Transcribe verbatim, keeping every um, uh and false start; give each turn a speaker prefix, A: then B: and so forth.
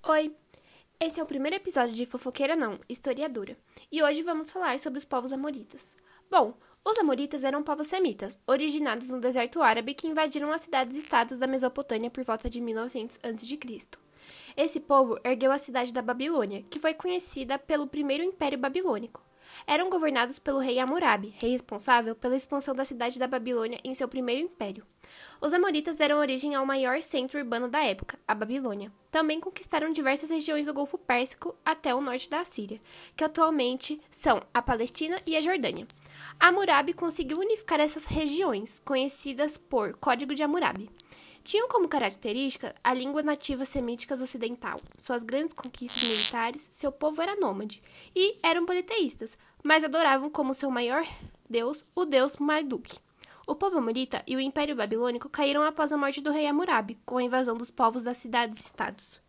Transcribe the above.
A: Oi, esse é o primeiro episódio de Fofoqueira Não, Historiadora, e hoje vamos falar sobre os povos amoritas. Bom, os amoritas eram povos semitas, originados no deserto árabe que invadiram as cidades-estados da Mesopotâmia por volta de mil e novecentos antes de Cristo Esse povo ergueu a cidade da Babilônia, que foi conhecida pelo primeiro Império Babilônico. Eram governados pelo rei Hammurabi, rei responsável pela expansão da cidade da Babilônia em seu primeiro império. Os amoritas deram origem ao maior centro urbano da época, a Babilônia. Também conquistaram diversas regiões do Golfo Pérsico até o norte da Síria, que atualmente são a Palestina e a Jordânia. Hammurabi conseguiu unificar essas regiões, conhecidas por Código de Hammurabi. Tinham como característica a língua nativa semítica ocidental, suas grandes conquistas militares, seu povo era nômade, e eram politeístas, mas adoravam como seu maior deus o deus Marduk. O povo amorita e o Império Babilônico caíram após a morte do rei Hammurabi, com a invasão dos povos das cidades-estados.